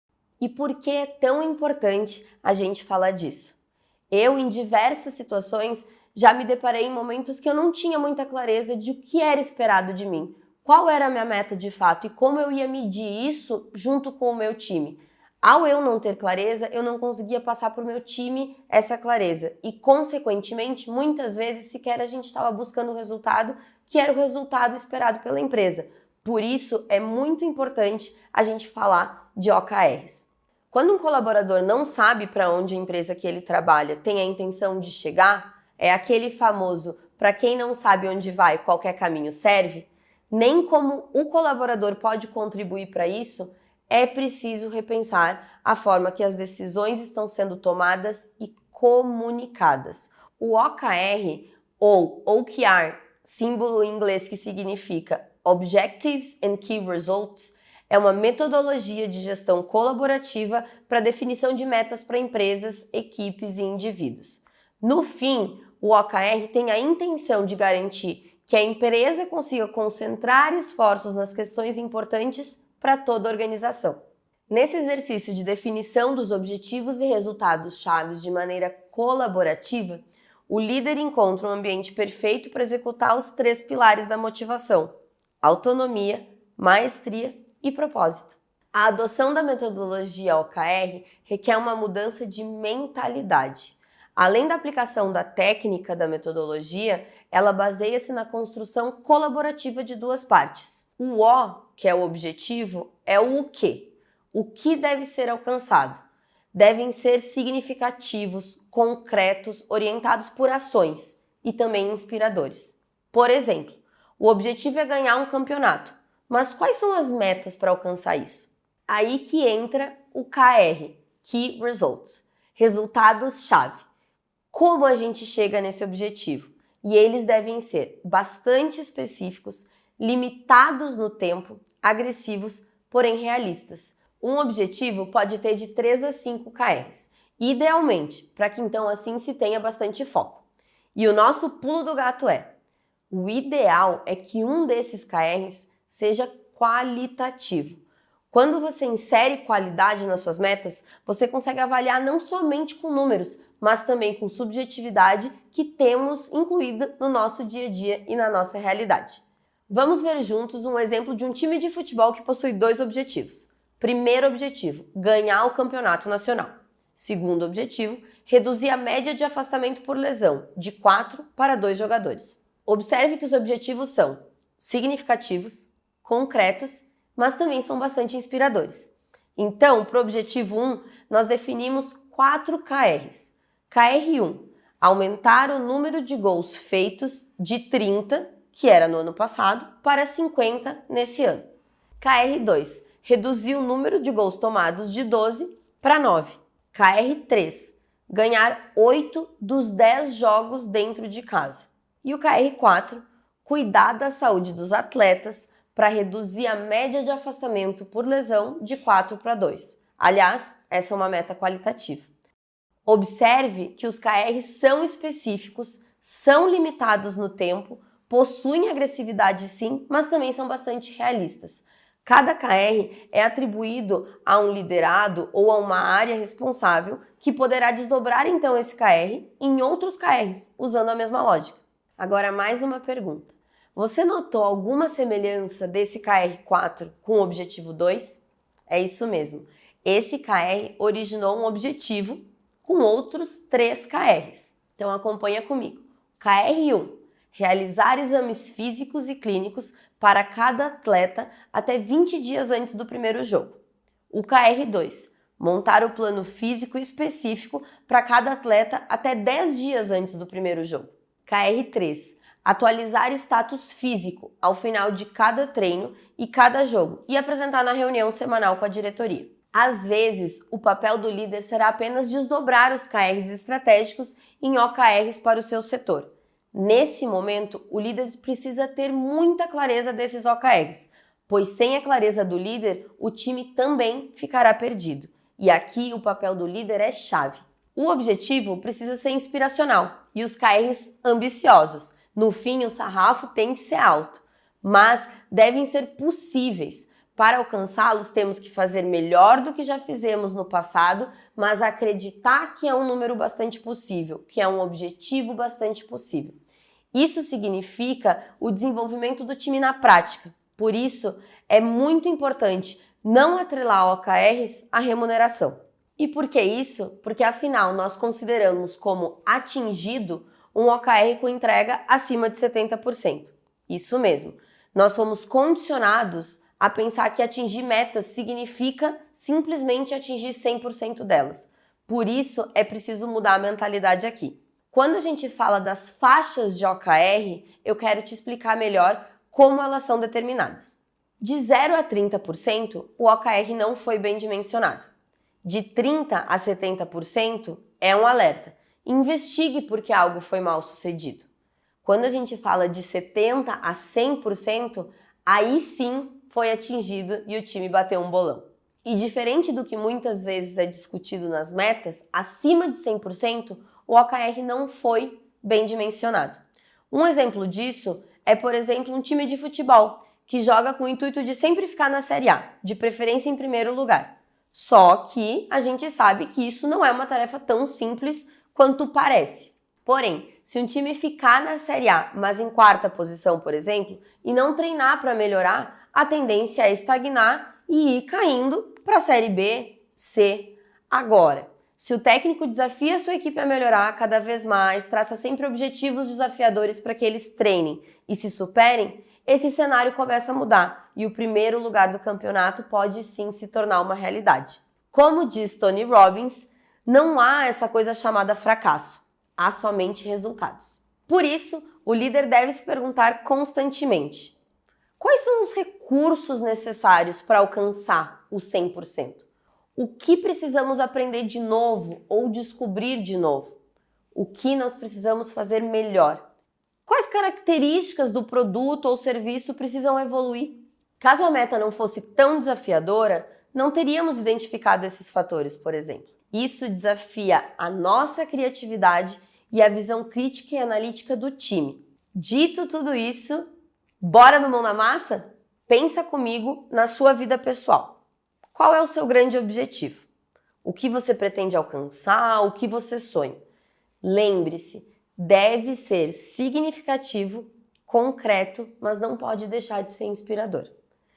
S1: E por que é tão importante a gente falar disso? Eu, em diversas situações, já me deparei em momentos que eu não tinha muita clareza de o que era esperado de mim, qual era a minha meta de fato e como eu ia medir isso junto com o meu time. Ao eu não ter clareza, eu não conseguia passar para o meu time essa clareza e, consequentemente, muitas vezes sequer a gente estava buscando o resultado que era o resultado esperado pela empresa. Por isso, é muito importante a gente falar de O K Rs. Quando um colaborador não sabe para onde a empresa que ele trabalha tem a intenção de chegar, é aquele famoso para quem não sabe onde vai, qualquer caminho serve, nem como o colaborador pode contribuir para isso, é preciso repensar a forma que as decisões estão sendo tomadas e comunicadas. O O K R, ou O K R, símbolo em inglês que significa Objectives and Key Results, é uma metodologia de gestão colaborativa para definição de metas para empresas, equipes e indivíduos. No fim, o O K R tem a intenção de garantir que a empresa consiga concentrar esforços nas questões importantes para toda a organização. Nesse exercício de definição dos objetivos e resultados chaves de maneira colaborativa, o líder encontra um ambiente perfeito para executar os três pilares da motivação: autonomia, maestria e propósito. A adoção da metodologia O K R requer uma mudança de mentalidade. Além da aplicação da técnica da metodologia, ela baseia-se na construção colaborativa de duas partes. O O, que é o objetivo, é o o quê. O que deve ser alcançado? Devem ser significativos, concretos, orientados por ações e também inspiradores. Por exemplo, o objetivo é ganhar um campeonato, mas quais são as metas para alcançar isso? Aí que entra o K R, Key Results, resultados-chave. Como a gente chega nesse objetivo? E eles devem ser bastante específicos, limitados no tempo, agressivos, porém realistas. Um objetivo pode ter de três a cinco K Rs, idealmente, para que então assim se tenha bastante foco. E o nosso pulo do gato é: o ideal é que um desses K Rs seja qualitativo. Quando você insere qualidade nas suas metas, você consegue avaliar não somente com números, mas também com subjetividade que temos incluída no nosso dia a dia e na nossa realidade. Vamos ver juntos um exemplo de um time de futebol que possui dois objetivos. Primeiro objetivo, ganhar o campeonato nacional. Segundo objetivo, reduzir a média de afastamento por lesão, de quatro para dois jogadores. Observe que os objetivos são significativos, concretos, mas também são bastante inspiradores. Então, para o objetivo um, nós definimos quatro K Rs. K R um, aumentar o número de gols feitos de trinta, que era no ano passado, para cinquenta nesse ano. K R dois, reduzir o número de gols tomados de doze para nove. K R três, ganhar oito dos dez jogos dentro de casa. E o K R quatro, cuidar da saúde dos atletas para reduzir a média de afastamento por lesão de quatro para dois. Aliás, essa é uma meta qualitativa. Observe que os K Rs são específicos, são limitados no tempo, possuem agressividade sim, mas também são bastante realistas. Cada K R é atribuído a um liderado ou a uma área responsável que poderá desdobrar então esse K R em outros K Rs, usando a mesma lógica. Agora mais uma pergunta. Você notou alguma semelhança desse K R quatro com o objetivo dois? É isso mesmo. Esse K R originou um objetivo com outros três K Rs. Então acompanha comigo. K R um, realizar exames físicos e clínicos para cada atleta até vinte dias antes do primeiro jogo. O K R dois, montar o plano físico específico para cada atleta até dez dias antes do primeiro jogo. K R três, atualizar status físico ao final de cada treino e cada jogo e apresentar na reunião semanal com a diretoria. Às vezes, o papel do líder será apenas desdobrar os K Rs estratégicos em O K Rs para o seu setor. Nesse momento, o líder precisa ter muita clareza desses O K Rs, pois sem a clareza do líder, o time também ficará perdido. E aqui o papel do líder é chave. O objetivo precisa ser inspiracional e os K Rs ambiciosos. No fim, o sarrafo tem que ser alto, mas devem ser possíveis. Para alcançá-los, temos que fazer melhor do que já fizemos no passado, mas acreditar que é um número bastante possível, que é um objetivo bastante possível. Isso significa o desenvolvimento do time na prática. Por isso, é muito importante não atrelar O K Rs à remuneração. E por que isso? Porque, afinal, nós consideramos como atingido um O K R com entrega acima de setenta por cento. Isso mesmo. Nós somos condicionados a pensar que atingir metas significa simplesmente atingir cem por cento delas. Por isso, é preciso mudar a mentalidade aqui. Quando a gente fala das faixas de O K R, eu quero te explicar melhor como elas são determinadas. De zero a trinta por cento, o O K R não foi bem dimensionado. De trinta a setenta por cento é um alerta. Investigue porque algo foi mal sucedido. Quando a gente fala de setenta a cem por cento, aí sim foi atingido e o time bateu um bolão. E diferente do que muitas vezes é discutido nas metas, acima de cem por cento, o O K R não foi bem dimensionado. Um exemplo disso é, por exemplo, um time de futebol que joga com o intuito de sempre ficar na Série A, de preferência em primeiro lugar. Só que a gente sabe que isso não é uma tarefa tão simples quanto parece. Porém, se um time ficar na Série A, mas em quarta posição, por exemplo, e não treinar para melhorar, a tendência é estagnar e ir caindo para a Série B, C. Agora, se o técnico desafia a sua equipe a melhorar cada vez mais, traça sempre objetivos desafiadores para que eles treinem e se superem, esse cenário começa a mudar e o primeiro lugar do campeonato pode sim se tornar uma realidade. Como diz Tony Robbins, não há essa coisa chamada fracasso, há somente resultados. Por isso, o líder deve se perguntar constantemente: quais são os recursos necessários para alcançar o cem por cento? O que precisamos aprender de novo ou descobrir de novo? O que nós precisamos fazer melhor? Quais características do produto ou serviço precisam evoluir? Caso a meta não fosse tão desafiadora, não teríamos identificado esses fatores, por exemplo. Isso desafia a nossa criatividade e a visão crítica e analítica do time. Dito tudo isso, bora no mão na massa? Pensa comigo na sua vida pessoal. Qual é o seu grande objetivo? O que você pretende alcançar? O que você sonha? Lembre-se, deve ser significativo, concreto, mas não pode deixar de ser inspirador.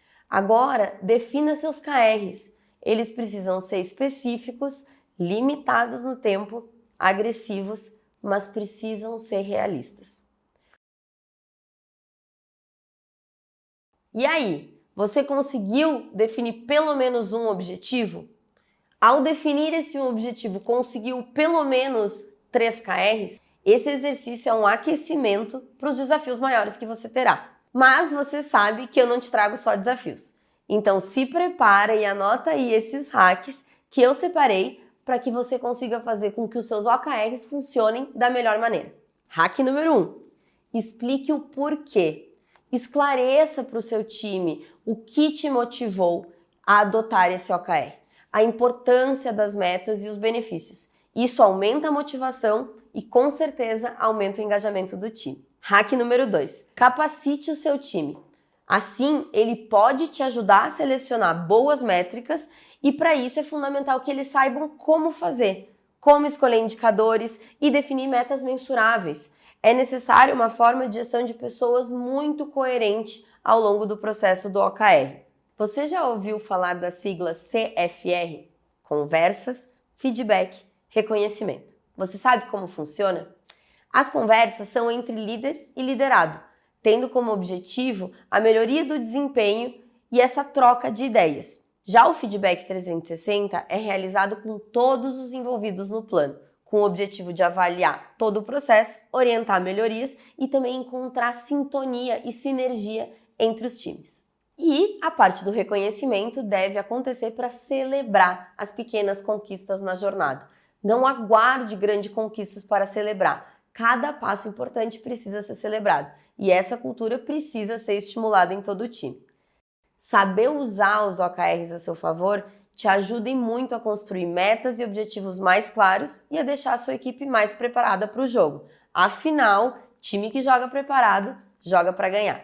S1: Agora, defina seus K Rs. Eles precisam ser específicos, limitados no tempo, agressivos, mas precisam ser realistas. E aí, Você conseguiu definir pelo menos um objetivo? Ao definir esse um objetivo, conseguiu pelo menos três K Rs? Esse exercício é um aquecimento para os desafios maiores que você terá. Mas você sabe que eu não te trago só desafios. Então se prepara e anota aí esses hacks que eu separei para que você consiga fazer com que os seus O K Rs funcionem da melhor maneira. Hack número um. Explique o porquê. Esclareça para o seu time o que te motivou a adotar esse O K R, a importância das metas e os benefícios. Isso aumenta a motivação e com certeza aumenta o engajamento do time. Hack número dois. Capacite o seu time. Assim, ele pode te ajudar a selecionar boas métricas e para isso é fundamental que eles saibam como fazer, como escolher indicadores e definir metas mensuráveis. É necessário uma forma de gestão de pessoas muito coerente ao longo do processo do O K R. Você já ouviu falar da sigla C F R? Conversas, Feedback, Reconhecimento. Você sabe como funciona? As conversas são entre líder e liderado, tendo como objetivo a melhoria do desempenho e essa troca de ideias. Já o Feedback trezentos e sessenta é realizado com todos os envolvidos no plano, com o objetivo de avaliar todo o processo, orientar melhorias e também encontrar sintonia e sinergia entre os times. E a parte do reconhecimento deve acontecer para celebrar as pequenas conquistas na jornada. Não aguarde grandes conquistas para celebrar. Cada passo importante precisa ser celebrado e essa cultura precisa ser estimulada em todo o time. Saber usar os O K Rs a seu favor te ajudem muito a construir metas e objetivos mais claros e a deixar a sua equipe mais preparada para o jogo. Afinal, time que joga preparado, joga para ganhar.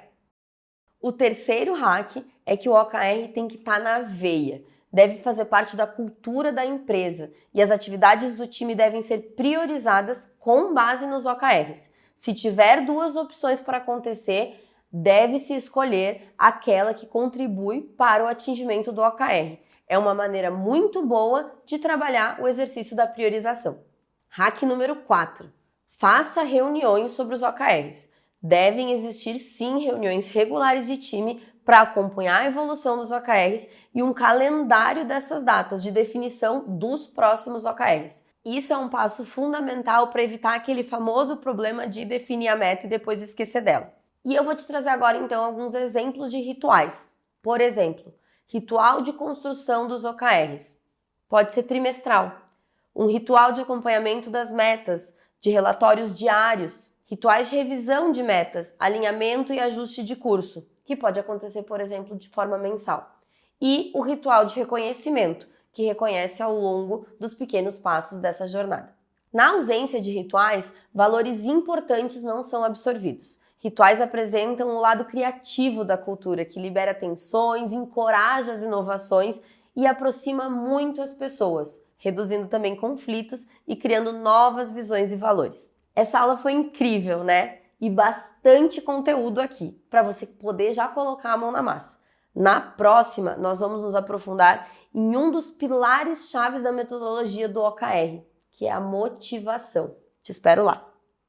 S1: O terceiro hack é que o O K R tem que estar na veia, deve fazer parte da cultura da empresa e as atividades do time devem ser priorizadas com base nos O K Rs. Se tiver duas opções para acontecer, deve-se escolher aquela que contribui para o atingimento do O K R. É uma maneira muito boa de trabalhar o exercício da priorização. Hack número quatro. Faça reuniões sobre os O K Rs. Devem existir sim reuniões regulares de time para acompanhar a evolução dos O K Rs e um calendário dessas datas de definição dos próximos O K Rs. Isso é um passo fundamental para evitar aquele famoso problema de definir a meta e depois esquecer dela. E eu vou te trazer agora então alguns exemplos de rituais. Por exemplo, ritual de construção dos O K Rs. Pode ser trimestral. Um ritual de acompanhamento das metas, de relatórios diários. Rituais de revisão de metas, alinhamento e ajuste de curso, que pode acontecer, por exemplo, de forma mensal. E o ritual de reconhecimento, que reconhece ao longo dos pequenos passos dessa jornada. Na ausência de rituais, valores importantes não são absorvidos. Rituais apresentam o lado criativo da cultura, que libera tensões, encoraja as inovações e aproxima muito as pessoas, reduzindo também conflitos e criando novas visões e valores. Essa aula foi incrível, né? E bastante conteúdo aqui, para você poder já colocar a mão na massa. Na próxima, nós vamos nos aprofundar em um dos pilares chaves da metodologia do O K R, que é a motivação. Te espero lá!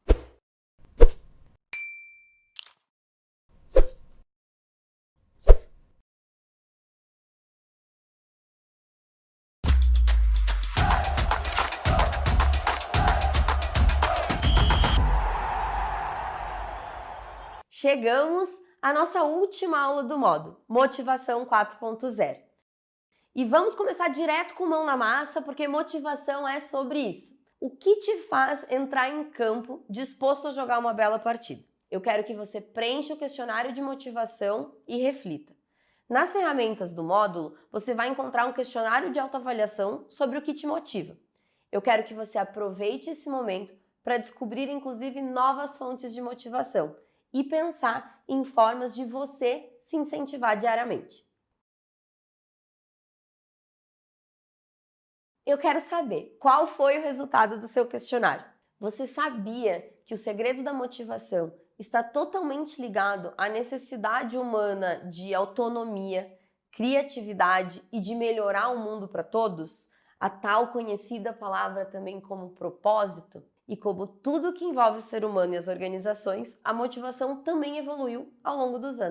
S1: Chegamos à nossa última aula do módulo, Motivação quatro ponto zero. E vamos começar direto com mão na massa, porque motivação é sobre isso. O que te faz entrar em campo disposto a jogar uma bela partida? Eu quero que você preencha o questionário de motivação e reflita. Nas ferramentas do módulo, você vai encontrar um questionário de autoavaliação sobre o que te motiva. Eu quero que você aproveite esse momento para descobrir, inclusive, novas fontes de motivação e pensar em formas de você se incentivar diariamente. Eu quero saber qual foi o resultado do seu questionário. Você sabia que o segredo da motivação está totalmente ligado à necessidade humana de autonomia, criatividade e de melhorar o mundo para todos? A tal conhecida palavra também como propósito? E como tudo que envolve o ser humano e as organizações, a motivação também evoluiu ao longo dos anos.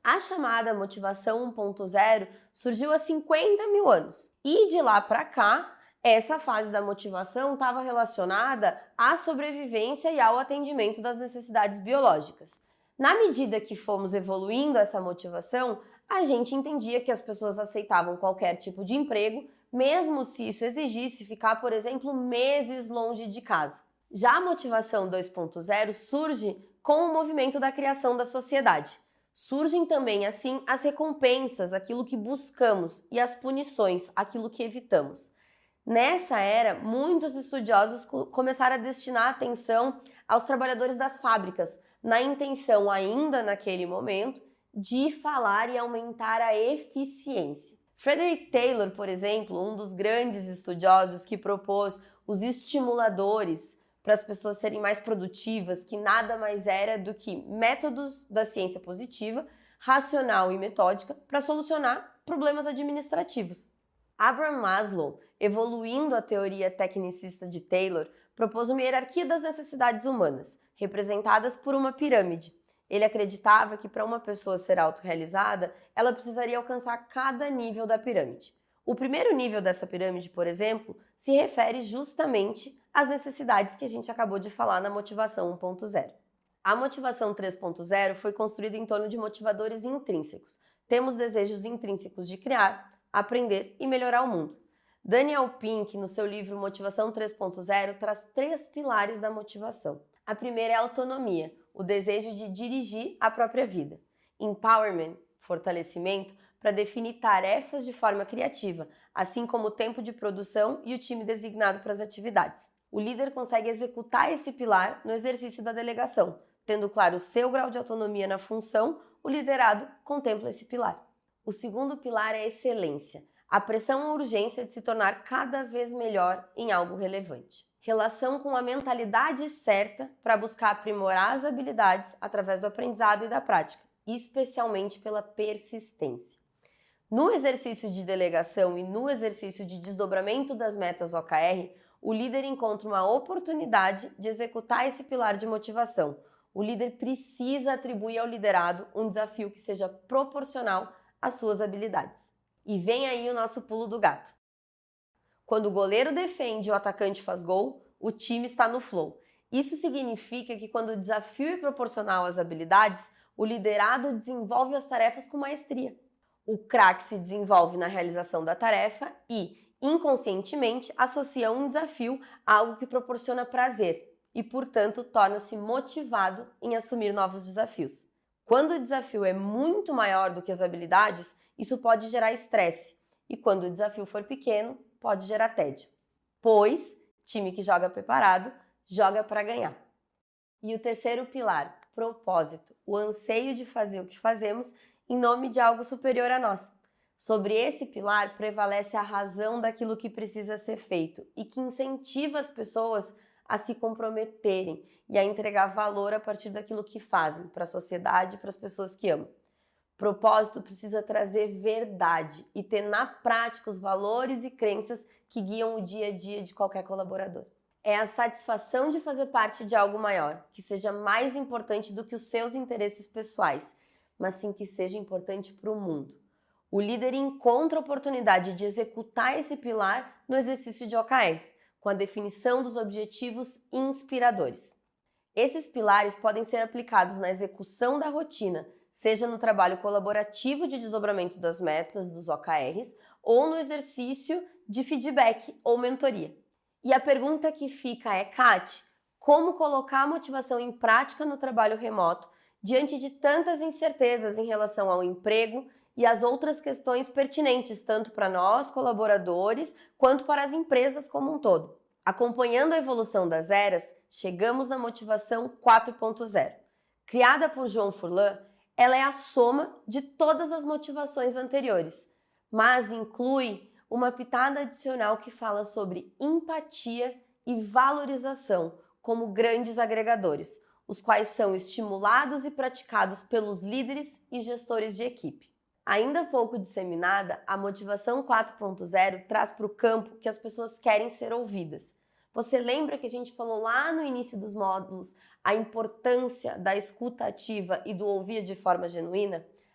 S1: A chamada motivação um ponto zero surgiu há cinquenta mil anos e de lá para cá, essa fase da motivação estava relacionada à sobrevivência e ao atendimento das necessidades biológicas. Na medida que fomos evoluindo essa motivação, a gente entendia que as pessoas aceitavam qualquer tipo de emprego, mesmo se isso exigisse ficar, por exemplo, meses longe de casa. Já a motivação dois ponto zero surge com o movimento da criação da sociedade. Surgem também, assim, as recompensas, aquilo que buscamos, e as punições, aquilo que evitamos. Nessa era, muitos estudiosos começaram a destinar atenção aos trabalhadores das fábricas, na intenção, ainda naquele momento, de falar e aumentar a eficiência. Frederick Taylor, por exemplo, um dos grandes estudiosos que propôs os estimuladores para as pessoas serem mais produtivas, que nada mais era do que métodos da ciência positiva, racional e metódica para solucionar problemas administrativos. Abraham Maslow, evoluindo a teoria tecnicista de Taylor, propôs uma hierarquia das necessidades humanas, representadas por uma pirâmide. Ele acreditava que para uma pessoa ser autorrealizada, ela precisaria alcançar cada nível da pirâmide. O primeiro nível dessa pirâmide, por exemplo, se refere justamente às necessidades que a gente acabou de falar na motivação um ponto zero. A motivação três ponto zero foi construída em torno de motivadores intrínsecos. Temos desejos intrínsecos de criar, aprender e melhorar o mundo. Daniel Pink, no seu livro Motivação três ponto zero, traz três pilares da motivação. A primeira é a autonomia, o desejo de dirigir a própria vida. Empowerment, fortalecimento, para definir tarefas de forma criativa, assim como o tempo de produção e o time designado para as atividades. O líder consegue executar esse pilar no exercício da delegação. Tendo claro o seu grau de autonomia na função, o liderado contempla esse pilar. O segundo pilar é a excelência, a pressão ou urgência de se tornar cada vez melhor em algo relevante. Relação com a mentalidade certa para buscar aprimorar as habilidades através do aprendizado e da prática, especialmente pela persistência. No exercício de delegação e no exercício de desdobramento das metas O K R, o líder encontra uma oportunidade de executar esse pilar de motivação. O líder precisa atribuir ao liderado um desafio que seja proporcional às suas habilidades. E vem aí o nosso pulo do gato. Quando o goleiro defende e o atacante faz gol, o time está no flow. Isso significa que quando o desafio é proporcional às habilidades, o liderado desenvolve as tarefas com maestria. O craque se desenvolve na realização da tarefa e, inconscientemente, associa um desafio a algo que proporciona prazer e, portanto, torna-se motivado em assumir novos desafios. Quando o desafio é muito maior do que as habilidades, isso pode gerar estresse e, quando o desafio for pequeno, pode gerar tédio. Pois, time que joga preparado, joga para ganhar. E o terceiro pilar, propósito, o anseio de fazer o que fazemos em nome de algo superior a nós. Sobre esse pilar prevalece a razão daquilo que precisa ser feito e que incentiva as pessoas a se comprometerem e a entregar valor a partir daquilo que fazem para a sociedade e para as pessoas que amam. Propósito precisa trazer verdade e ter na prática os valores e crenças que guiam o dia a dia de qualquer colaborador. É a satisfação de fazer parte de algo maior, que seja mais importante do que os seus interesses pessoais, mas sim que seja importante para o mundo. O líder encontra a oportunidade de executar esse pilar no exercício de O K Rs, com a definição dos objetivos inspiradores. Esses pilares podem ser aplicados na execução da rotina, seja no trabalho colaborativo de desdobramento das metas dos O K Rs ou no exercício de feedback ou mentoria. E a pergunta que fica é, Kate, como colocar a motivação em prática no trabalho remoto diante de tantas incertezas em relação ao emprego e as outras questões pertinentes tanto para nós, colaboradores, quanto para as empresas como um todo? Acompanhando a evolução das eras, chegamos na motivação quatro ponto zero. Criada por João Furlan, ela é a soma de todas as motivações anteriores, mas inclui uma pitada adicional que fala sobre empatia e valorização como grandes agregadores, os quais são estimulados e praticados pelos líderes e gestores de equipe. Ainda pouco disseminada, a motivação quatro ponto zero traz para o campo que as pessoas querem ser ouvidas. Você lembra que a gente falou lá no início dos módulos a importância da escuta ativa e do ouvir de forma genuína?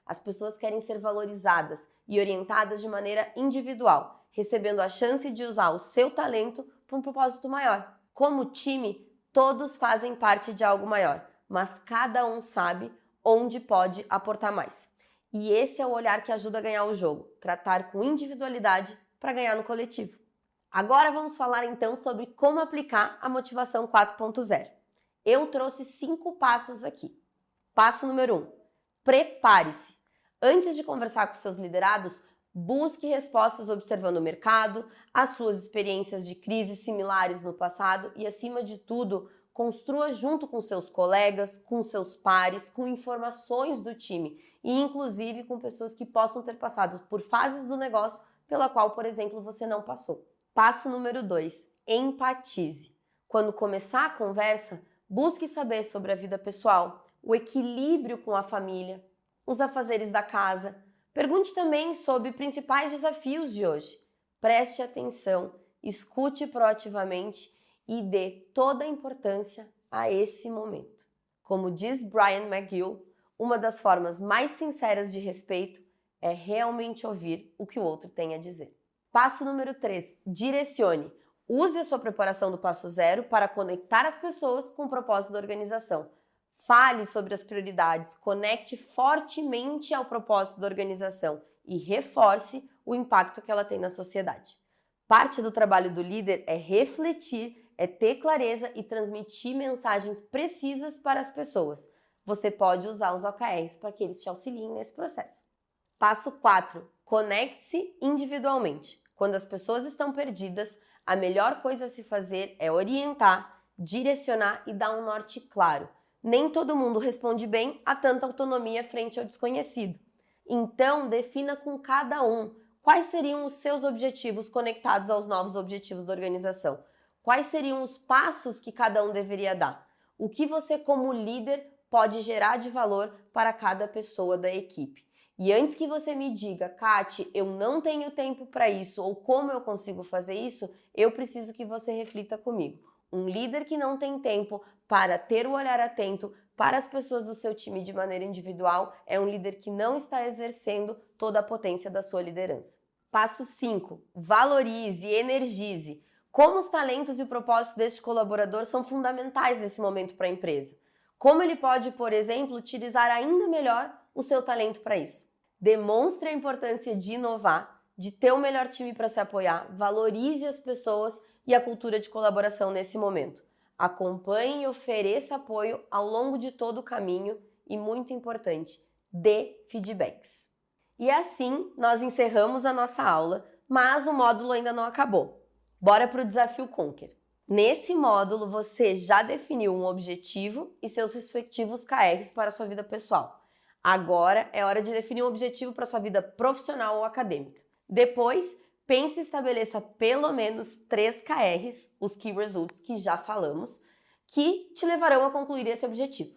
S1: As pessoas querem ser valorizadas e orientadas de maneira individual, recebendo a chance de usar o seu talento para um propósito maior. Como time, todos fazem parte de algo maior, mas cada um sabe onde pode aportar mais. E esse é o olhar que ajuda a ganhar o jogo, tratar com individualidade para ganhar no coletivo. Agora vamos falar então sobre como aplicar a motivação quatro ponto zero. Eu trouxe cinco passos aqui. Passo número um, prepare-se. Antes de conversar com seus liderados, busque respostas observando o mercado, as suas experiências de crises similares no passado e, acima de tudo, construa junto com seus colegas, com seus pares, com informações do time e, inclusive, com pessoas que possam ter passado por fases do negócio pela qual, por exemplo, você não passou. Passo número dois, empatize. Quando começar a conversa, busque saber sobre a vida pessoal, o equilíbrio com a família, os afazeres da casa. Pergunte também sobre principais desafios de hoje. Preste atenção, escute proativamente e dê toda a importância a esse momento. Como diz Brian McGill, uma das formas mais sinceras de respeito é realmente ouvir o que o outro tem a dizer. Passo número três, direcione. Use a sua preparação do passo zero para conectar as pessoas com o propósito da organização. Fale sobre as prioridades, conecte fortemente ao propósito da organização e reforce o impacto que ela tem na sociedade. Parte do trabalho do líder é refletir, é ter clareza e transmitir mensagens precisas para as pessoas. Você pode usar os O K Rs para que eles te auxiliem nesse processo. Passo quatro. Conecte-se individualmente. Quando as pessoas estão perdidas, a melhor coisa a se fazer é orientar, direcionar e dar um norte claro. Nem todo mundo responde bem a tanta autonomia frente ao desconhecido. Então, defina com cada um quais seriam os seus objetivos conectados aos novos objetivos da organização. Quais seriam os passos que cada um deveria dar? O que você, como líder, pode gerar de valor para cada pessoa da equipe? E antes que você me diga, Kati, eu não tenho tempo para isso, ou como eu consigo fazer isso, eu preciso que você reflita comigo. Um líder que não tem tempo para ter o olhar atento para as pessoas do seu time de maneira individual é um líder que não está exercendo toda a potência da sua liderança. Passo cinco. Valorize e energize. Como os talentos e o propósito deste colaborador são fundamentais nesse momento para a empresa. Como ele pode, por exemplo, utilizar ainda melhor o seu talento para isso. Demonstre a importância de inovar, de ter o melhor time para se apoiar, valorize as pessoas e a cultura de colaboração nesse momento. Acompanhe e ofereça apoio ao longo de todo o caminho e, muito importante, dê feedbacks. E assim nós encerramos a nossa aula, mas o módulo ainda não acabou. Bora para o Desafio Conquer. Nesse módulo você já definiu um objetivo e seus respectivos K Rs para a sua vida pessoal. Agora é hora de definir um objetivo para a sua vida profissional ou acadêmica. Depois, pense e estabeleça pelo menos três K Rs, os Key Results que já falamos, que te levarão a concluir esse objetivo.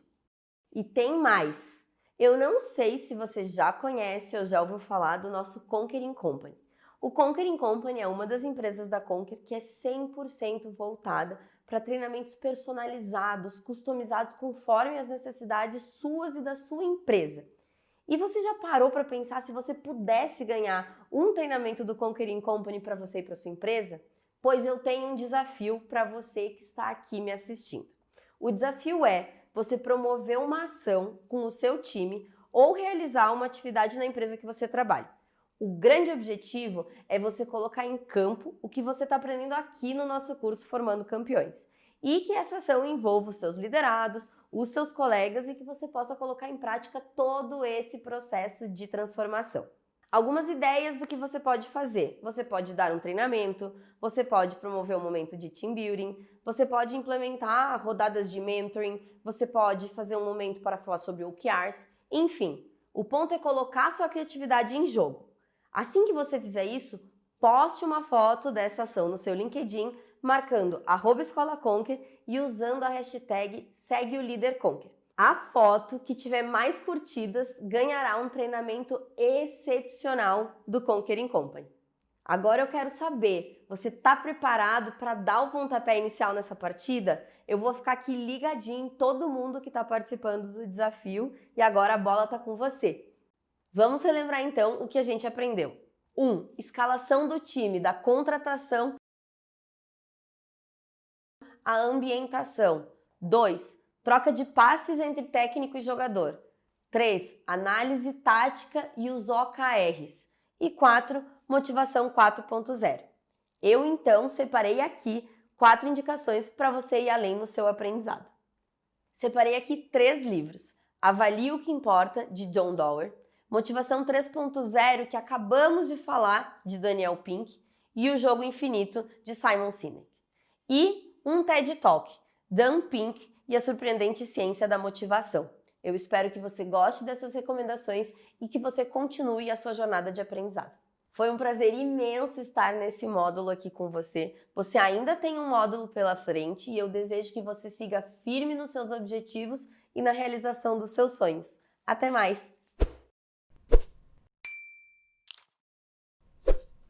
S1: E tem mais! Eu não sei se você já conhece ou já ouviu falar do nosso Conquering Company. O Conquering Company é uma das empresas da Conquer que é cem por cento voltada para treinamentos personalizados, customizados conforme as necessidades suas e da sua empresa. E você já parou para pensar se você pudesse ganhar um treinamento do Conquering Company para você e para sua empresa? Pois eu tenho um desafio para você que está aqui me assistindo. O desafio é você promover uma ação com o seu time ou realizar uma atividade na empresa que você trabalha. O grande objetivo é você colocar em campo o que você está aprendendo aqui no nosso curso Formando Campeões. E que essa ação envolva os seus liderados, os seus colegas e que você possa colocar em prática todo esse processo de transformação. Algumas ideias do que você pode fazer. Você pode dar um treinamento, você pode promover um momento de team building, você pode implementar rodadas de mentoring, você pode fazer um momento para falar sobre O K Rs, enfim. O ponto é colocar sua criatividade em jogo. Assim que você fizer isso, poste uma foto dessa ação no seu LinkedIn, marcando arroba Escola Conquer e usando a hashtag segue o líder Conquer. A foto que tiver mais curtidas ganhará um treinamento excepcional do Conquering Company. Agora eu quero saber, você está preparado para dar o pontapé inicial nessa partida? Eu vou ficar aqui ligadinho em todo mundo que está participando do desafio e agora a bola está com você. Vamos relembrar então o que a gente aprendeu. um. Escalação do time, da contratação à ambientação. dois. Troca de passes entre técnico e jogador. três. Análise tática e os O K Rs. E quatro. Motivação quatro ponto zero. Eu então separei aqui quatro indicações para você ir além no seu aprendizado. Separei aqui três livros. Avalie o que importa, de John Doerr, Motivação três ponto zero, que acabamos de falar, de Daniel Pink, e O Jogo Infinito, de Simon Sinek. E um TED Talk, Dan Pink e a Surpreendente Ciência da Motivação. Eu espero que você goste dessas recomendações e que você continue a sua jornada de aprendizado. Foi um prazer imenso estar nesse módulo aqui com você. Você ainda tem um módulo pela frente e eu desejo que você siga firme nos seus objetivos e na realização dos seus sonhos. Até mais!